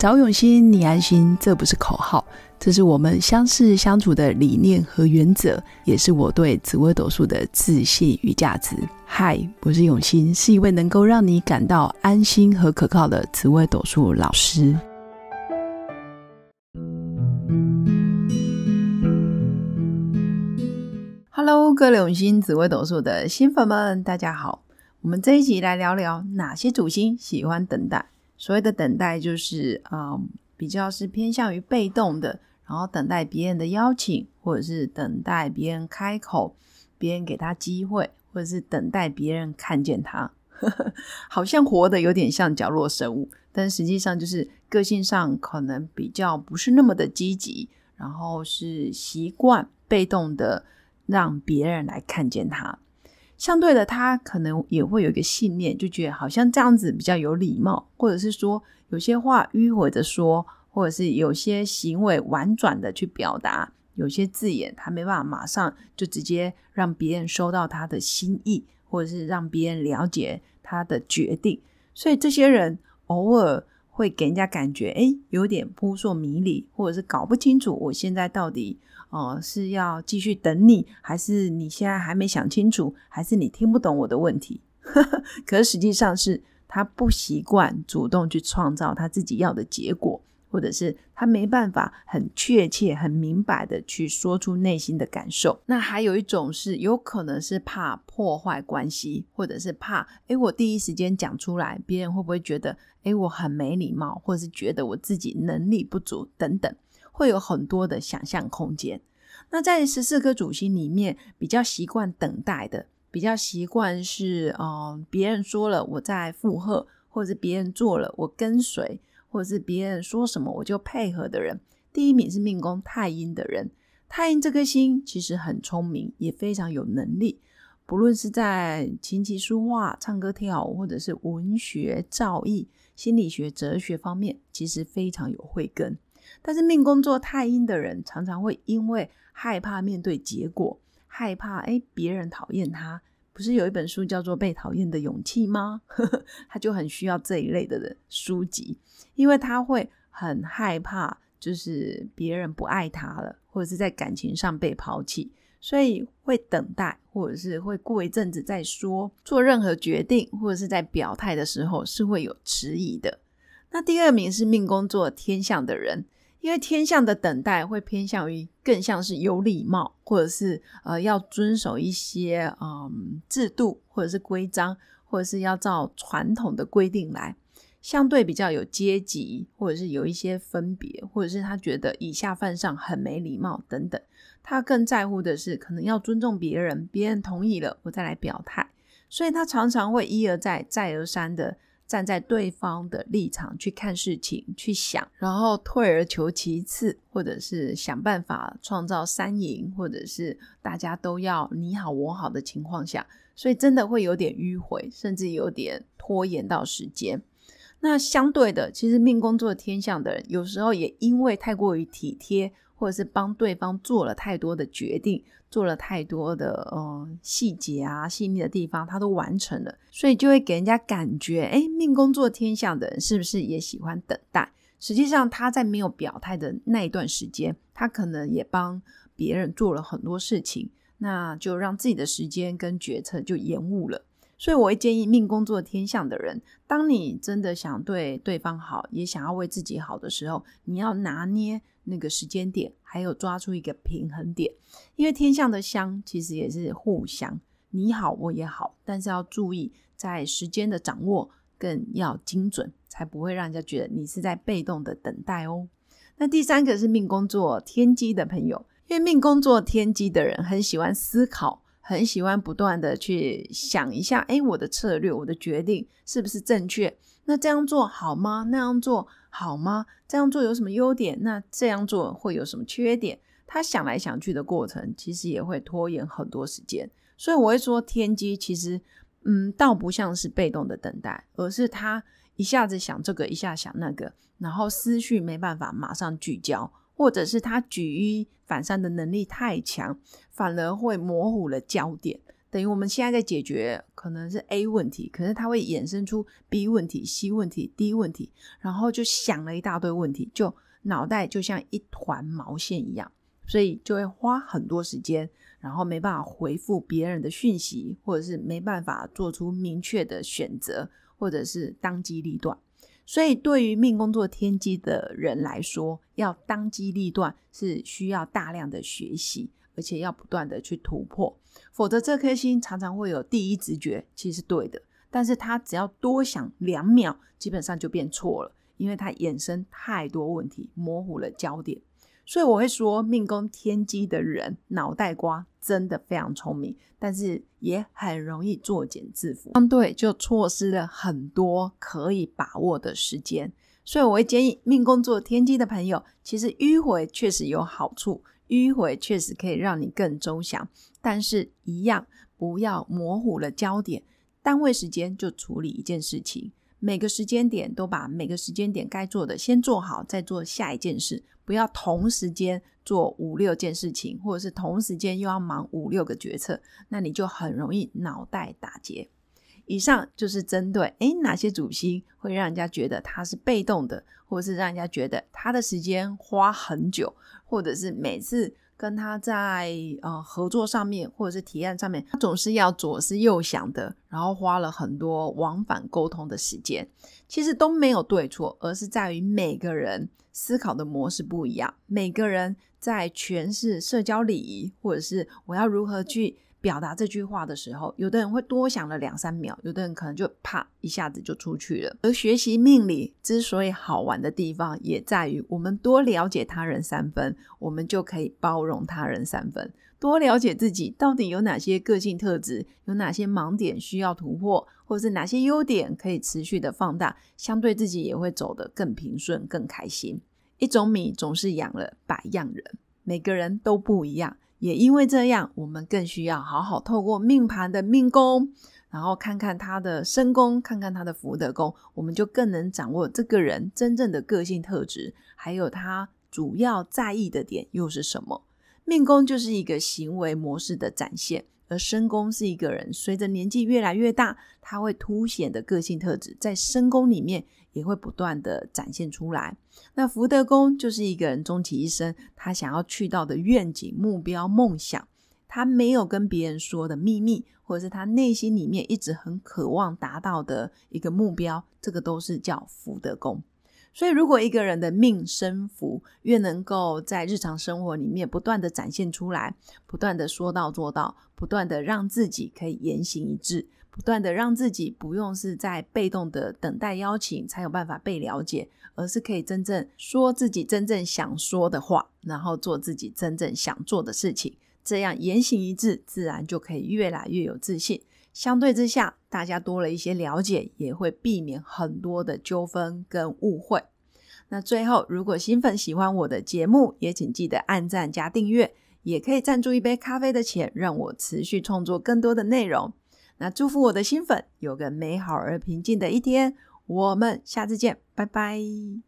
找永新，你安心，这不是口号，这是我们相识相处的理念和原则，也是我对紫微斗数的自信与价值。嗨，我是永新，是一位能够让你感到安心和可靠的紫微斗数老师。Hello， 各位永新紫微斗数的新粉们，大家好。我们这一集来聊聊哪些主星喜欢等待。所谓的等待就是比较是偏向于被动的，然后等待别人的邀请，或者是等待别人开口，别人给他机会，或者是等待别人看见他好像活得有点像角落生物，但实际上就是个性上可能比较不是那么的积极，然后是习惯被动的让别人来看见他。相对的，他可能也会有一个信念，就觉得好像这样子比较有礼貌，或者是说有些话迂回的说，或者是有些行为婉转的去表达，有些字眼他没办法马上就直接让别人收到他的心意，或者是让别人了解他的决定。所以这些人偶尔会给人家感觉有点扑朔迷离，或者是搞不清楚我现在到底是要继续等你，还是你现在还没想清楚，还是你听不懂我的问题可是实际上是他不习惯主动去创造他自己要的结果，或者是他没办法很确切很明白的去说出内心的感受。那还有一种是有可能是怕破坏关系，或者是怕我第一时间讲出来，别人会不会觉得我很没礼貌，或者是觉得我自己能力不足等等，会有很多的想象空间。那在14颗主星里面，比较习惯等待的，比较习惯是别人说了我再附和，或者是别人做了我跟随，或者是别人说什么我就配合的人。第一名是命宫太阴的人。太阴这颗星其实很聪明，也非常有能力，不论是在琴棋书画、唱歌跳舞，或者是文学、造诣、心理学、哲学方面，其实非常有慧根。但是命宫做太阴的人常常会因为害怕面对结果，害怕别人讨厌他，不是有一本书叫做《被讨厌的勇气》吗他就很需要这一类的书籍，因为他会很害怕就是别人不爱他了，或者是在感情上被抛弃，所以会等待，或者是会过一阵子再说，做任何决定或者是在表态的时候是会有迟疑的。那第二名是命宫做天相的人。因为天相的等待会偏向于更像是有礼貌，或者是要遵守一些制度或者是规章，或者是要照传统的规定来，相对比较有阶级，或者是有一些分别，或者是他觉得以下犯上很没礼貌等等。他更在乎的是可能要尊重别人，别人同意了我再来表态，所以他常常会一而再再而三的站在对方的立场去看事情，去想，然后退而求其次，或者是想办法创造三赢，或者是大家都要你好我好的情况下，所以真的会有点迂回，甚至有点拖延到时间。那相对的，其实命宫做天相的人有时候也因为太过于体贴，或者是帮对方做了太多的决定，做了太多的细节啊细腻的地方他都完成了，所以就会给人家感觉命宫做天相的人是不是也喜欢等待。实际上他在没有表态的那一段时间，他可能也帮别人做了很多事情，那就让自己的时间跟决策就延误了。所以我会建议命宫做天相的人，当你真的想对对方好，也想要为自己好的时候，你要拿捏那个时间点，还有抓出一个平衡点。因为天相的相其实也是互相，你好我也好，但是要注意在时间的掌握更要精准，才不会让人家觉得你是在被动的等待哦。那第三个是命宫做天机的朋友。因为命宫做天机的人很喜欢思考，很喜欢不断的去想一下我的策略，我的决定是不是正确，那这样做好吗？那样做好吗？这样做有什么优点？那这样做会有什么缺点？他想来想去的过程其实也会拖延很多时间。所以我会说天机其实倒不像是被动的等待，而是他一下子想这个一下想那个，然后思绪没办法马上聚焦，或者是他举一反三的能力太强，反而会模糊了焦点， 等于我们现在在解决可能是 A 问题，可是它会衍生出 B 问题、C 问题、D 问题，然后就想了一大堆问题，就脑袋就像一团毛线一样，所以就会花很多时间，然后没办法回复别人的讯息，或者是没办法做出明确的选择，或者是当机立断。所以对于命宫做天机的人来说，要当机立断是需要大量的学习，而且要不断的去突破，否则这颗星常常会有第一直觉，其实是对的，但是他只要多想2秒，基本上就变错了，因为他衍生太多问题，模糊了焦点。所以我会说，命宫天机的人脑袋瓜真的非常聪明，但是也很容易作茧自缚，相对就错失了很多可以把握的时间。所以我会建议命宫做天机的朋友，其实迂回确实有好处，迂回确实可以让你更周详，但是一样不要模糊了焦点，单位时间就处理一件事情，每个时间点都把每个时间点该做的先做好，再做下一件事，不要同时间做5-6件事情，或者是同时间又要忙5-6个决策，那你就很容易脑袋打结。以上就是针对哪些主星会让人家觉得他是被动的，或者是让人家觉得他的时间花很久，或者是每次跟他在合作上面或者是提案上面，他总是要左思右想的，然后花了很多往返沟通的时间。其实都没有对错，而是在于每个人思考的模式不一样，每个人在诠释社交礼仪，或者是我要如何去表达这句话的时候，有的人会多想了2-3秒，有的人可能就啪一下子就出去了。而学习命理之所以好玩的地方，也在于我们多了解他人3分，我们就可以包容他人3分，多了解自己到底有哪些个性特质，有哪些盲点需要突破，或是哪些优点可以持续的放大，相对自己也会走得更平顺更开心。一种米总是养了100样人，每个人都不一样，也因为这样，我们更需要好好透过命盘的命宫，然后看看他的身宫，看看他的福德宫，我们就更能掌握这个人真正的个性特质，还有他主要在意的点又是什么。命宫就是一个行为模式的展现，而身宫是一个人随着年纪越来越大，他会凸显的个性特质，在身宫里面也会不断的展现出来。那福德宫就是一个人终其一生他想要去到的愿景、目标、梦想，他没有跟别人说的秘密，或者是他内心里面一直很渴望达到的一个目标，这个都是叫福德宫。所以如果一个人的命生福越能够在日常生活里面不断的展现出来，不断的说到做到，不断的让自己可以言行一致，不断的让自己不用是在被动的等待邀请才有办法被了解，而是可以真正说自己真正想说的话，然后做自己真正想做的事情，这样言行一致，自然就可以越来越有自信。相对之下，大家多了一些了解，也会避免很多的纠纷跟误会。那最后，如果新粉喜欢我的节目，也请记得按赞加订阅，也可以赞助一杯咖啡的钱，让我持续创作更多的内容。那祝福我的新粉有个美好而平静的一天，我们下次见，拜拜。